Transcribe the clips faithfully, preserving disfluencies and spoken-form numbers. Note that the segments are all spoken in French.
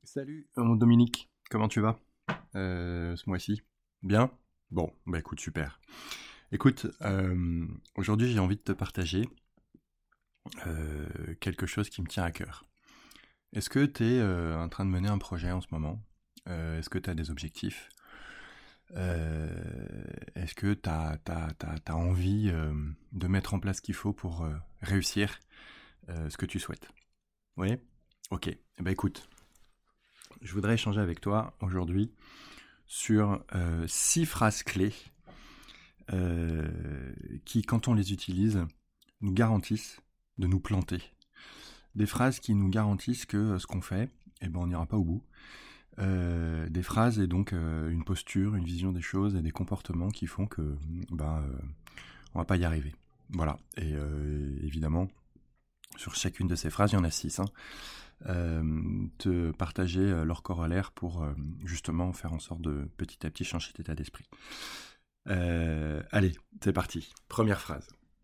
Salut, euh, mon Dominique, comment tu vas euh, ce mois-ci? Bien? Bon, bah écoute, super. Écoute, euh, aujourd'hui j'ai envie de te partager euh, quelque chose qui me tient à cœur. Est-ce que tu es euh, en train de mener un projet en ce moment? Euh, Est-ce que tu as des objectifs? Euh, Est-ce que tu as envie euh, de mettre en place ce qu'il faut pour euh, réussir euh, ce que tu souhaites? Oui? Ok, eh ben écoute, je voudrais échanger avec toi aujourd'hui sur euh, six phrases clés euh, qui, quand on les utilise, nous garantissent de nous planter. Des phrases qui nous garantissent que euh, ce qu'on fait, eh ben, on n'ira pas au bout. Euh, des phrases et donc euh, une posture, une vision des choses et des comportements qui font que ben, euh, on va pas y arriver. Voilà. Et euh, évidemment, sur chacune de ces phrases, il y en a six. Hein. Euh, te partager euh, leur corollaire pour euh, justement faire en sorte de petit à petit changer d'état d'esprit. Euh, allez, c'est parti. Première phrase.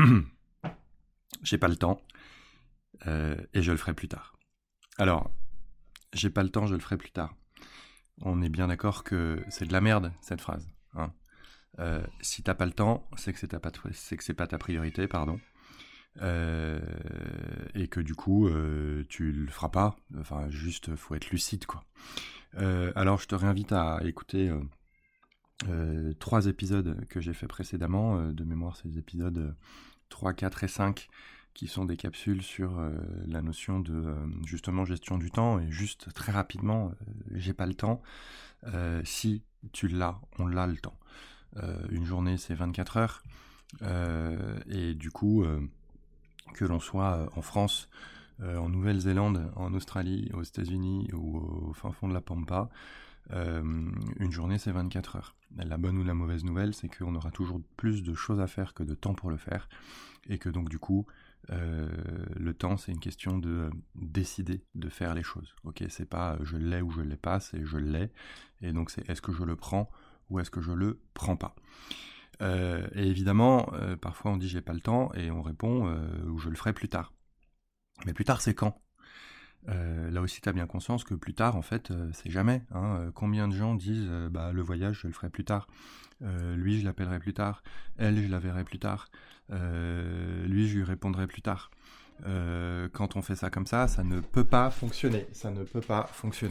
J'ai pas le temps euh, et je le ferai plus tard. Alors, j'ai pas le temps, je le ferai plus tard. On est bien d'accord que c'est de la merde cette phrase. Hein. Euh, si t'as pas le temps, c'est que c'est, ta, c'est que c'est pas ta priorité, pardon. Euh, et que du coup, euh, tu le feras pas. Enfin, juste, faut être lucide, quoi. Euh, alors, je te réinvite à écouter euh, euh, trois épisodes que j'ai fait précédemment. Euh, de mémoire, c'est les épisodes euh, trois, quatre et cinq qui sont des capsules sur euh, la notion de euh, justement gestion du temps. Et juste très rapidement, euh, j'ai pas le temps. Euh, si tu l'as, on l'a le temps. Euh, une journée, c'est vingt-quatre heures. Euh, et du coup, euh, que l'on soit en France, euh, en Nouvelle-Zélande, en Australie, aux États-Unis ou au fin fond de la Pampa, euh, une journée, c'est vingt-quatre heures. La bonne ou la mauvaise nouvelle, c'est qu'on aura toujours plus de choses à faire que de temps pour le faire. Et que donc, du coup, euh, le temps, c'est une question de euh, décider de faire les choses. Ok, c'est pas euh, je l'ai ou je l'ai pas, c'est je l'ai. Et donc, c'est est-ce que je le prends ou est-ce que je le prends pas. Euh, et évidemment, euh, parfois on dit j'ai pas le temps et on répond euh, ou je le ferai plus tard. Mais plus tard, c'est quand? Euh, là aussi, tu as bien conscience que plus tard, en fait, euh, c'est jamais. Hein. Euh, combien de gens disent euh, bah, le voyage, je le ferai plus tard. Euh, lui, je l'appellerai plus tard. Elle, je la verrai plus tard. Euh, lui, je lui répondrai plus tard. Euh, quand on fait ça comme ça, ça ne peut pas fonctionner. Ça ne peut pas fonctionner.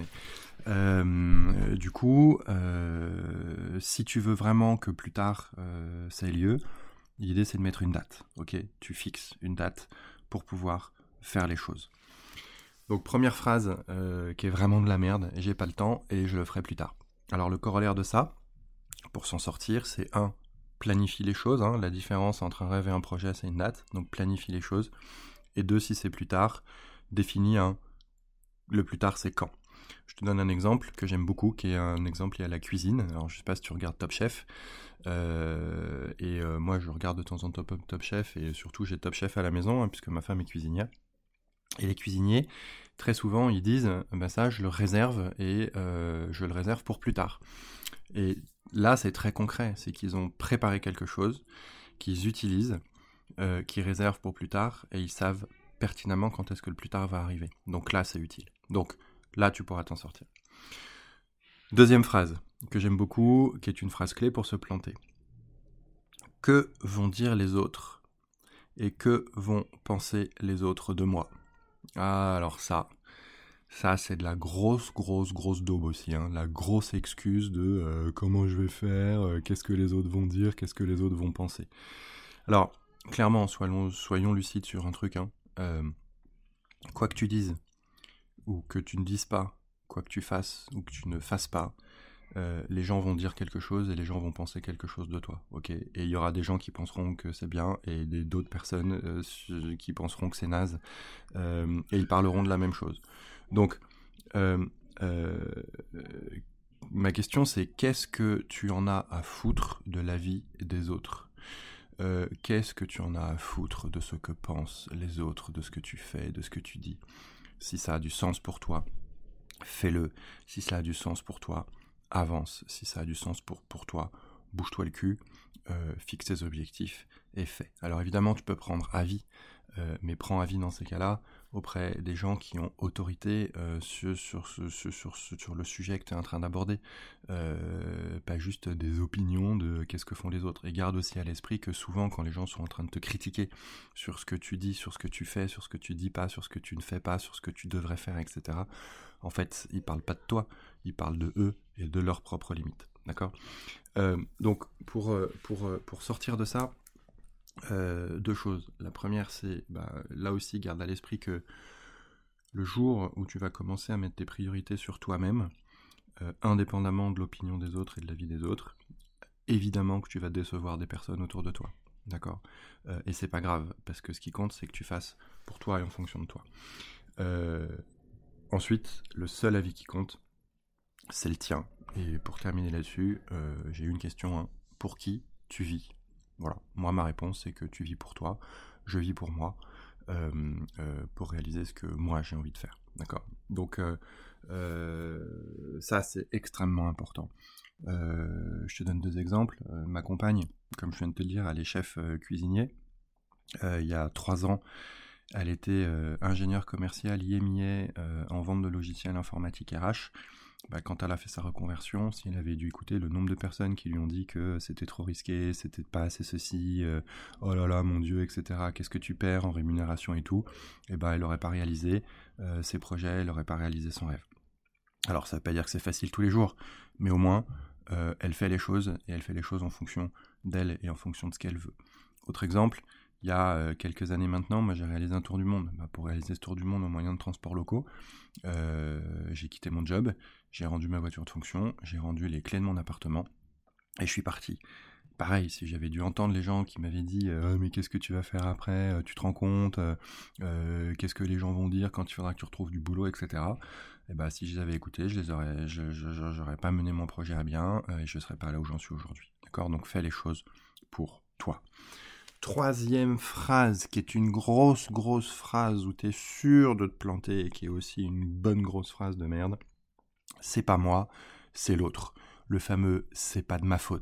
Euh, du coup, euh, si tu veux vraiment que plus tard euh, ça ait lieu, l'idée c'est de mettre une date. Ok, tu fixes une date pour pouvoir faire les choses. Donc première phrase euh, qui est vraiment de la merde, j'ai pas le temps et je le ferai plus tard. Alors le corollaire de ça, pour s'en sortir, c'est un, planifie les choses. Hein, la différence entre un rêve et un projet, c'est une date, donc planifie les choses. Et deux, si c'est plus tard, définis un, le plus tard c'est quand. Je te donne un exemple que j'aime beaucoup, qui est un exemple lié à la cuisine. Alors je sais pas si tu regardes Top Chef, euh, et euh, moi je regarde de temps en temps Top Chef, et surtout j'ai Top Chef à la maison, hein, puisque ma femme est cuisinière. Et les cuisiniers, très souvent, ils disent bah ça, je le réserve et euh, je le réserve pour plus tard. Et là, c'est très concret, c'est qu'ils ont préparé quelque chose, qu'ils utilisent, euh, qu'ils réservent pour plus tard, et ils savent pertinemment quand est-ce que le plus tard va arriver. Donc là, c'est utile. Donc là, tu pourras t'en sortir. Deuxième phrase, que j'aime beaucoup, qui est une phrase clé pour se planter. Que vont dire les autres et que vont penser les autres de moi? Ah, alors ça, ça c'est de la grosse, grosse, grosse daube aussi, hein. La grosse excuse de euh, comment je vais faire, euh, qu'est-ce que les autres vont dire, qu'est-ce que les autres vont penser. Alors, clairement, soyons, soyons lucides sur un truc, hein. Euh, quoi que tu dises, ou que tu ne dises pas, quoi que tu fasses, ou que tu ne fasses pas, euh, les gens vont dire quelque chose et les gens vont penser quelque chose de toi, ok? Et il y aura des gens qui penseront que c'est bien et des, d'autres personnes euh, qui penseront que c'est naze, euh, et ils parleront de la même chose. Donc, euh, euh, ma question c'est qu'est-ce que tu en as à foutre de la vie des autres? euh, Qu'est-ce que tu en as à foutre de ce que pensent les autres, de ce que tu fais, de ce que tu dis? Si ça a du sens pour toi, fais-le. Si ça a du sens pour toi, avance. Si ça a du sens pour, pour toi, bouge-toi le cul, euh, fixe tes objectifs et fais. Alors évidemment, tu peux prendre avis, euh, mais prends avis dans ces cas-là auprès des gens qui ont autorité euh, sur, sur, sur, sur, sur, sur le sujet que tu es en train d'aborder. Euh, pas juste des opinions de qu'est-ce que font les autres. Et garde aussi à l'esprit que souvent, quand les gens sont en train de te critiquer sur ce que tu dis, sur ce que tu fais, sur ce que tu dis pas, sur ce que tu ne fais pas, sur ce que tu devrais faire, et cetera, en fait, ils parlent pas de toi, ils parlent de eux et de leurs propres limites. D'accord ? euh, Donc, pour, pour, pour sortir de ça, Euh, deux choses. La première, c'est, bah, là aussi, garde à l'esprit que le jour où tu vas commencer à mettre tes priorités sur toi-même, euh, indépendamment de l'opinion des autres et de la vie des autres, évidemment que tu vas décevoir des personnes autour de toi. D'accord ? euh, Et c'est pas grave, parce que ce qui compte, c'est que tu fasses pour toi et en fonction de toi. Euh, ensuite, le seul avis qui compte, c'est le tien. Et pour terminer là-dessus, euh, j'ai une question, hein. Pour qui tu vis ? Voilà, moi ma réponse c'est que tu vis pour toi, je vis pour moi, euh, euh, pour réaliser ce que moi j'ai envie de faire, d'accord ? Donc euh, euh, ça c'est extrêmement important. Euh, je te donne deux exemples. Euh, ma compagne, comme je viens de te le dire, elle est chef euh, cuisinier. Euh, il y a trois ans, elle était euh, ingénieure commerciale I M I A euh, en vente de logiciels informatiques R H. Bah, quand elle a fait sa reconversion, si elle avait dû écouter le nombre de personnes qui lui ont dit que c'était trop risqué, c'était pas assez ceci, euh, oh là là, mon Dieu, et cetera, qu'est-ce que tu perds en rémunération et tout, et bah, elle n'aurait pas réalisé euh, ses projets, elle n'aurait pas réalisé son rêve. Alors, ça ne veut pas dire que c'est facile tous les jours, mais au moins, euh, elle fait les choses, et elle fait les choses en fonction d'elle et en fonction de ce qu'elle veut. Autre exemple, il y a euh, quelques années maintenant, moi j'ai réalisé un tour du monde. Bah, pour réaliser ce tour du monde aux moyens de transport locaux, euh, j'ai quitté mon job, j'ai rendu ma voiture de fonction, j'ai rendu les clés de mon appartement, et je suis parti. Pareil, si j'avais dû entendre les gens qui m'avaient dit euh, « mais qu'est-ce que tu vas faire après ? Tu te rends compte euh, Qu'est-ce que les gens vont dire quand il faudra que tu retrouves du boulot, et cetera » Et bah, si je les avais écoutés, je les aurais, je, je, je, j'aurais pas mené mon projet à bien euh, et je serais pas là où j'en suis aujourd'hui. D'accord ? Donc fais les choses pour toi. Troisième phrase, qui est une grosse, grosse phrase où tu es sûr de te planter et qui est aussi une bonne grosse phrase de merde, c'est pas moi, c'est l'autre. Le fameux « c'est pas de ma faute ».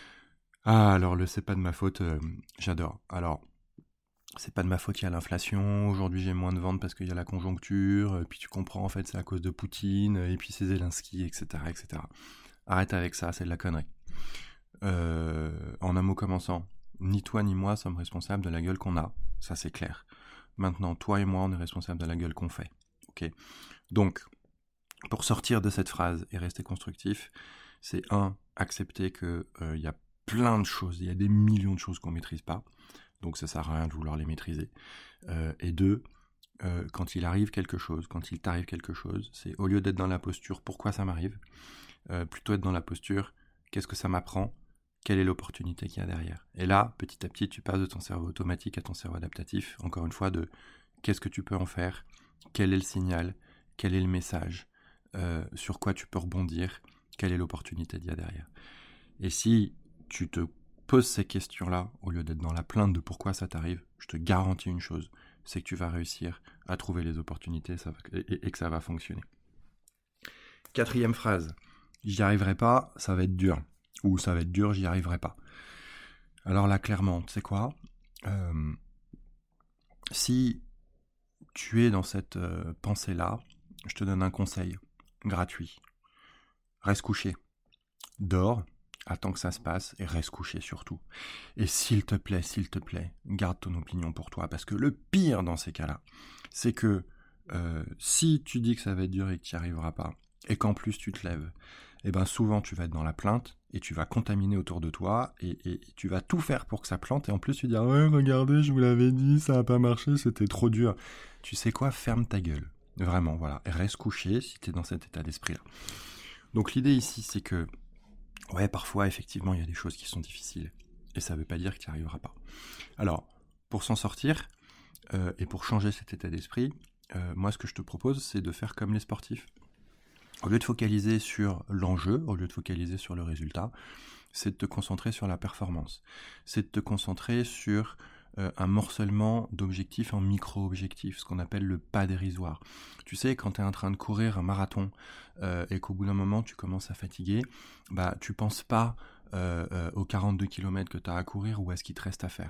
Ah, alors le « c'est pas de ma faute euh, », j'adore. Alors, c'est pas de ma faute, il y a l'inflation, aujourd'hui j'ai moins de ventes parce qu'il y a la conjoncture, et puis tu comprends, en fait, c'est à cause de Poutine, et puis c'est Zelensky, et cetera, et cetera. Arrête avec ça, c'est de la connerie. Euh, en un mot commençant, ni toi ni moi sommes responsables de la gueule qu'on a, ça c'est clair. Maintenant, toi et moi, on est responsables de la gueule qu'on fait. Ok ? Donc, pour sortir de cette phrase et rester constructif, c'est un, accepter qu'il euh, y a plein de choses, il y a des millions de choses qu'on ne maîtrise pas, donc ça sert à rien de vouloir les maîtriser. Euh, et deux, euh, quand il arrive quelque chose, quand il t'arrive quelque chose, c'est au lieu d'être dans la posture « pourquoi ça m'arrive ?», euh, plutôt être dans la posture « qu'est-ce que ça m'apprend ? Quelle est l'opportunité qu'il y a derrière ?» Et là, petit à petit, tu passes de ton cerveau automatique à ton cerveau adaptatif, encore une fois, de qu'est-ce que tu peux en faire ? Quel est le signal ? Quel est le message ? euh, Sur quoi tu peux rebondir ? Quelle est l'opportunité qu'il y a derrière ? Et si tu te poses ces questions-là, au lieu d'être dans la plainte de pourquoi ça t'arrive, je te garantis une chose, c'est que tu vas réussir à trouver les opportunités ça va, et, et que ça va fonctionner. Quatrième phrase, j'y arriverai pas, ça va être dur. Ou ça va être dur, j'y arriverai pas. Alors là, clairement, tu sais quoi ? euh, Si tu es dans cette euh, pensée-là, je te donne un conseil gratuit. Reste couché. Dors, attends que ça se passe et reste couché surtout. Et s'il te plaît, s'il te plaît, garde ton opinion pour toi. Parce que le pire dans ces cas-là, c'est que euh, si tu dis que ça va être dur et que tu n'y arriveras pas, et qu'en plus tu te lèves, eh ben souvent tu vas être dans la plainte et tu vas contaminer autour de toi et, et, et tu vas tout faire pour que ça plante et en plus tu dis « ouais, regardez, je vous l'avais dit, ça n'a pas marché, c'était trop dur ». Tu sais quoi, ferme ta gueule. Vraiment, voilà. Et reste couché si tu es dans cet état d'esprit-là. Donc l'idée ici, c'est que ouais, parfois, effectivement, il y a des choses qui sont difficiles. Et ça ne veut pas dire que tu n'y arriveras pas. Alors, pour s'en sortir, euh, et pour changer cet état d'esprit, euh, moi, ce que je te propose, c'est de faire comme les sportifs. Au lieu de focaliser sur l'enjeu, au lieu de focaliser sur le résultat, c'est de te concentrer sur la performance. C'est de te concentrer sur euh, un morcellement d'objectifs en micro-objectifs, ce qu'on appelle le pas dérisoire. Tu sais, quand tu es en train de courir un marathon euh, et qu'au bout d'un moment tu commences à fatiguer, bah, tu penses pas euh, euh, aux quarante-deux kilomètres que tu as à courir ou à ce qu'il te reste à faire.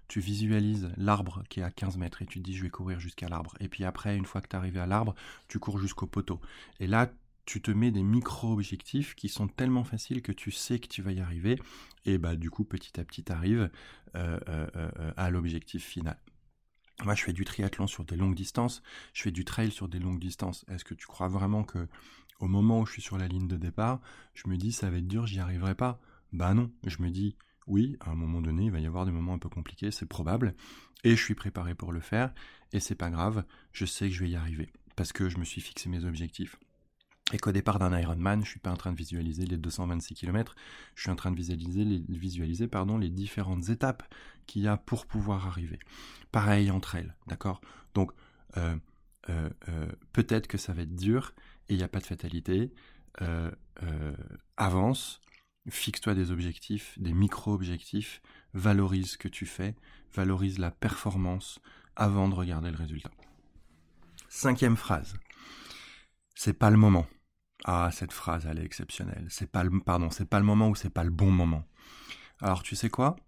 tu visualises l'arbre qui est à quinze mètres et tu te dis je vais courir jusqu'à l'arbre. Et puis après, une fois que tu es arrivé à l'arbre, tu cours jusqu'au poteau. Et là, tu te mets des micro-objectifs qui sont tellement faciles que tu sais que tu vas y arriver. Et bah du coup, petit à petit, tu arrives euh, euh, euh, à l'objectif final. Moi, je fais du triathlon sur des longues distances, je fais du trail sur des longues distances. Est-ce que tu crois vraiment que au moment où je suis sur la ligne de départ, je me dis ça va être dur, j'y arriverai pas? Bah non, je me dis oui, à un moment donné, il va y avoir des moments un peu compliqués, c'est probable, et je suis préparé pour le faire, et c'est pas grave, je sais que je vais y arriver, parce que je me suis fixé mes objectifs. Et qu'au départ d'un Ironman, je suis pas en train de visualiser les deux cent vingt-six kilomètres, je suis en train de visualiser, les, visualiser pardon, les différentes étapes qu'il y a pour pouvoir arriver. Pareil entre elles, d'accord? Donc, euh, euh, euh, peut-être que ça va être dur, et il n'y a pas de fatalité. Euh, euh, avance, fixe-toi des objectifs, des micro-objectifs, valorise ce que tu fais, valorise la performance avant de regarder le résultat. Cinquième phrase, c'est pas le moment. Ah, cette phrase, elle est exceptionnelle. C'est pas le, pardon, c'est pas le moment ou c'est pas le bon moment. Alors, tu sais quoi?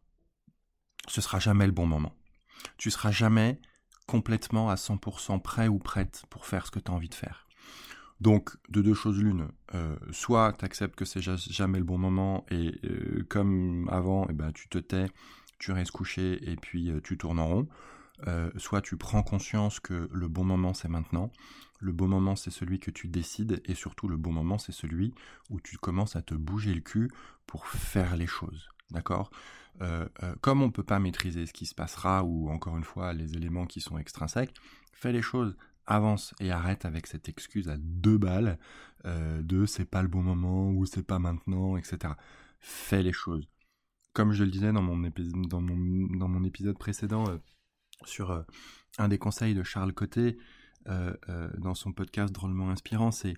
Ce sera jamais le bon moment. Tu seras jamais complètement à cent pour cent prêt ou prête pour faire ce que tu as envie de faire. Donc, de deux choses l'une, euh, soit tu acceptes que c'est jamais le bon moment et euh, comme avant, eh ben, tu te tais, tu restes couché et puis euh, tu tournes en rond. Euh, soit tu prends conscience que le bon moment c'est maintenant, le bon moment c'est celui que tu décides et surtout le bon moment c'est celui où tu commences à te bouger le cul pour faire les choses, d'accord? euh, euh, Comme on ne peut pas maîtriser ce qui se passera ou encore une fois les éléments qui sont extrinsèques, fais les choses, avance et arrête avec cette excuse à deux balles euh, de c'est pas le bon moment ou c'est pas maintenant, et cetera. Fais les choses. Comme je le disais dans mon, épi- dans mon, dans mon épisode précédent, euh, sur euh, un des conseils de Charles Côté euh, euh, dans son podcast drôlement inspirant, c'est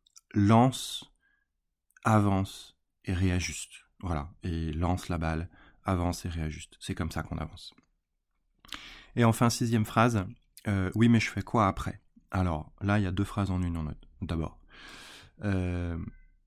lance, avance et réajuste. Voilà, et lance la balle, avance et réajuste. C'est comme ça qu'on avance. Et enfin, sixième phrase, euh, oui mais je fais quoi après? Alors là, il y a deux phrases en une en note. D'abord, euh,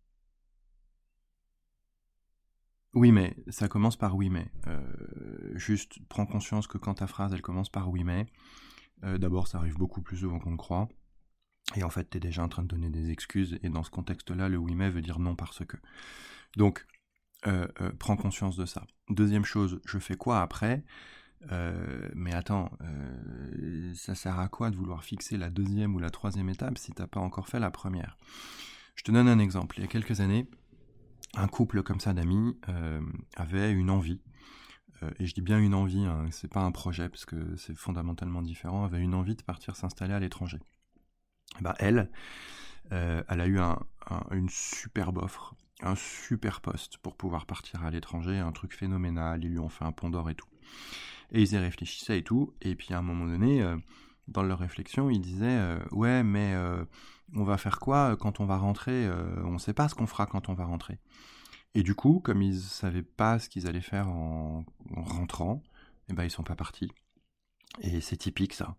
oui mais, ça commence par oui mais. Euh, juste prends conscience que quand ta phrase elle commence par oui mais, Euh, d'abord, ça arrive beaucoup plus souvent qu'on le croit. Et en fait, tu es déjà en train de donner des excuses. Et dans ce contexte-là, le oui mais veut dire non parce que. Donc, euh, euh, prends conscience de ça. Deuxième chose, je fais quoi après? euh, Mais attends, euh, ça sert à quoi de vouloir fixer la deuxième ou la troisième étape si t'as pas encore fait la première? Je te donne un exemple. Il y a quelques années, un couple comme ça d'amis euh, avait une envie. Et je dis bien une envie, hein, c'est pas un projet parce que c'est fondamentalement différent, avait une envie de partir s'installer à l'étranger. Et ben elle, euh, elle a eu un, un, une superbe offre, un super poste pour pouvoir partir à l'étranger, un truc phénoménal, ils lui ont fait un pont d'or et tout. Et ils y réfléchissaient et tout, et puis à un moment donné, euh, dans leur réflexion, ils disaient euh, « Ouais, mais euh, on va faire quoi quand on va rentrer euh, On sait pas ce qu'on fera quand on va rentrer. » Et du coup, comme ils savaient pas ce qu'ils allaient faire en, en rentrant, eh ben ils sont pas partis. Et c'est typique ça.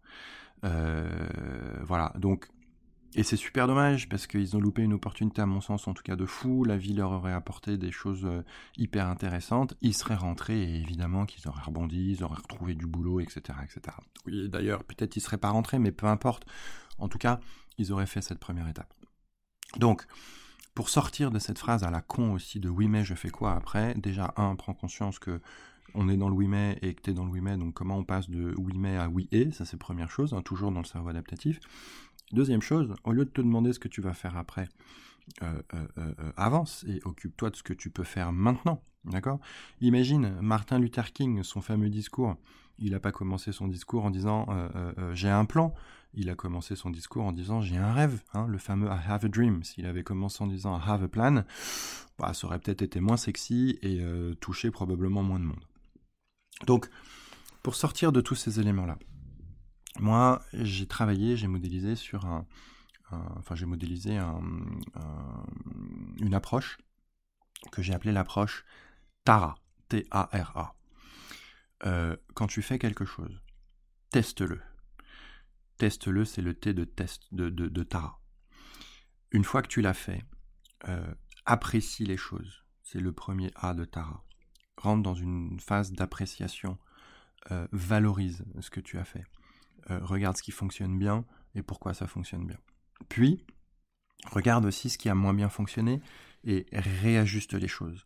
Euh, voilà, donc, et c'est super dommage parce qu'ils ont loupé une opportunité à mon sens en tout cas de fou. La vie leur aurait apporté des choses hyper intéressantes. Ils seraient rentrés et évidemment qu'ils auraient rebondi, ils auraient retrouvé du boulot, et cetera, et cetera. Oui, d'ailleurs, peut-être ils seraient pas rentrés, mais peu importe. En tout cas, ils auraient fait cette première étape. Donc, pour sortir de cette phrase à la con aussi de oui mais je fais quoi après, déjà un, prends conscience que on est dans le oui mais et que t'es dans le oui mais, donc comment on passe de oui mais à oui et, ça c'est première chose, hein, toujours dans le cerveau adaptatif. Deuxième chose, au lieu de te demander ce que tu vas faire après, euh, euh, euh, avance et occupe-toi de ce que tu peux faire maintenant, d'accord? Imagine Martin Luther King, son fameux discours, il n'a pas commencé son discours en disant euh, euh, j'ai un plan, il a commencé son discours en disant j'ai un rêve, hein, le fameux I have a dream. S'il avait commencé en disant I have a plan, bah, ça aurait peut-être été moins sexy et euh, touché probablement moins de monde. Donc, pour sortir de tous ces éléments-là, moi, j'ai travaillé, j'ai modélisé sur un, un enfin, j'ai modélisé un, un, une approche que j'ai appelée l'approche TARA, T A R A. Euh, quand tu fais quelque chose, teste-le. Teste-le, c'est le T de test, de, de, de Tara. Une fois que tu l'as fait, euh, apprécie les choses. C'est le premier A de Tara. Rentre dans une phase d'appréciation euh, valorise ce que tu as fait. Euh, regarde ce qui fonctionne bien et pourquoi ça fonctionne bien. Puis, regarde aussi ce qui a moins bien fonctionné et réajuste les choses.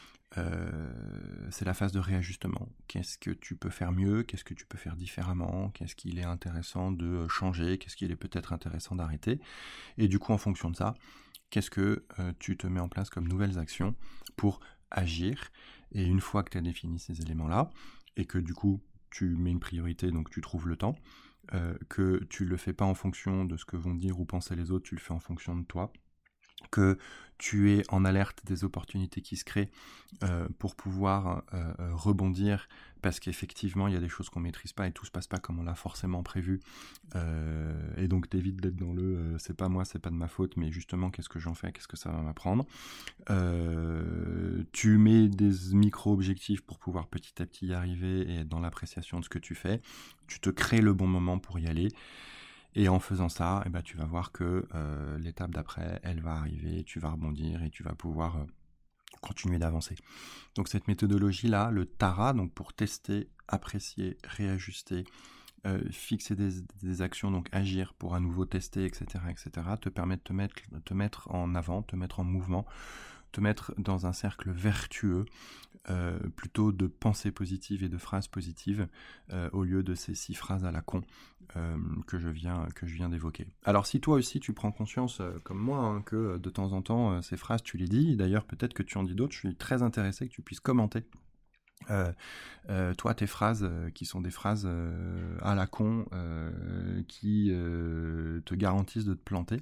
Euh, c'est la phase de réajustement. Qu'est-ce que tu peux faire mieux? Qu'est-ce que tu peux faire différemment? Qu'est-ce qu'il est intéressant de changer? Qu'est-ce qu'il est peut-être intéressant d'arrêter? Et du coup, en fonction de ça, qu'est-ce que euh, tu te mets en place comme nouvelles actions pour agir? Et une fois que tu as défini ces éléments-là, et que du coup, tu mets une priorité, donc tu trouves le temps, euh, que tu ne le fais pas en fonction de ce que vont dire ou penser les autres, tu le fais en fonction de toi, que tu es en alerte des opportunités qui se créent euh, pour pouvoir euh, rebondir, parce qu'effectivement il y a des choses qu'on ne maîtrise pas et tout se passe pas comme on l'a forcément prévu, euh, et donc t'évites d'être dans le euh, c'est pas moi, c'est pas de ma faute, mais justement qu'est-ce que j'en fais, qu'est-ce que ça va m'apprendre. Euh, tu mets des micro-objectifs pour pouvoir petit à petit y arriver et être dans l'appréciation de ce que tu fais, tu te crées le bon moment pour y aller. Et en faisant ça, eh ben, tu vas voir que euh, l'étape d'après, elle va arriver, tu vas rebondir et tu vas pouvoir euh, continuer d'avancer. Donc cette méthodologie-là, le TARA, donc pour tester, apprécier, réajuster, euh, fixer des, des actions, donc agir pour à nouveau tester, et cetera, et cetera, te permet de te mettre, te mettre en avant, te mettre en mouvement, te mettre dans un cercle vertueux, euh, plutôt de pensées positives et de phrases positives, euh, au lieu de ces six phrases à la con euh, que je viens, que je viens d'évoquer. Alors si toi aussi tu prends conscience, euh, comme moi, hein, que de temps en temps, euh, ces phrases tu les dis, d'ailleurs peut-être que tu en dis d'autres, je suis très intéressé que tu puisses commenter Euh, euh, toi, tes phrases euh, qui sont des phrases euh, à la con, euh, qui euh, te garantissent de te planter.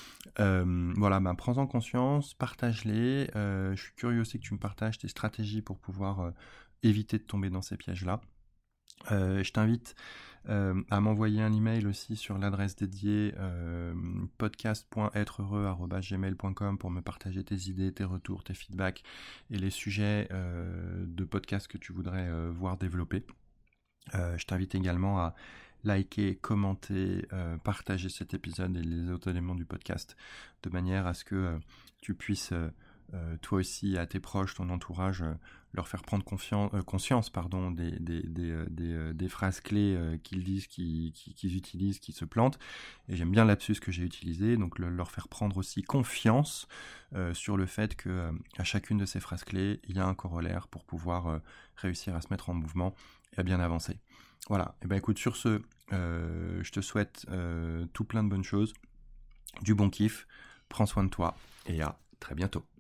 Euh, voilà, ben, prends-en conscience, partage-les. Euh, je suis curieux aussi que tu me partages tes stratégies pour pouvoir euh, éviter de tomber dans ces pièges-là. Euh, je t'invite euh, à m'envoyer un email aussi sur l'adresse dédiée euh, podcast point être heureux arobase gmail point com pour me partager tes idées, tes retours, tes feedbacks et les sujets euh, de podcast que tu voudrais euh, voir développer. Euh, je t'invite également à liker, commenter, euh, partager cet épisode et les autres éléments du podcast de manière à ce que euh, tu puisses euh, euh, toi aussi à tes proches, ton entourage, euh, leur faire prendre confiance, euh, conscience pardon, des, des, des, euh, des, euh, des phrases clés euh, qu'ils disent, qu'ils, qu'ils utilisent, qui se plantent. Et j'aime bien l'absus que j'ai utilisé, donc le, leur faire prendre aussi confiance euh, sur le fait que euh, à chacune de ces phrases clés, il y a un corollaire pour pouvoir euh, réussir à se mettre en mouvement et à bien avancer. Voilà, et ben écoute, sur ce, euh, je te souhaite euh, tout plein de bonnes choses, du bon kiff, prends soin de toi et à très bientôt.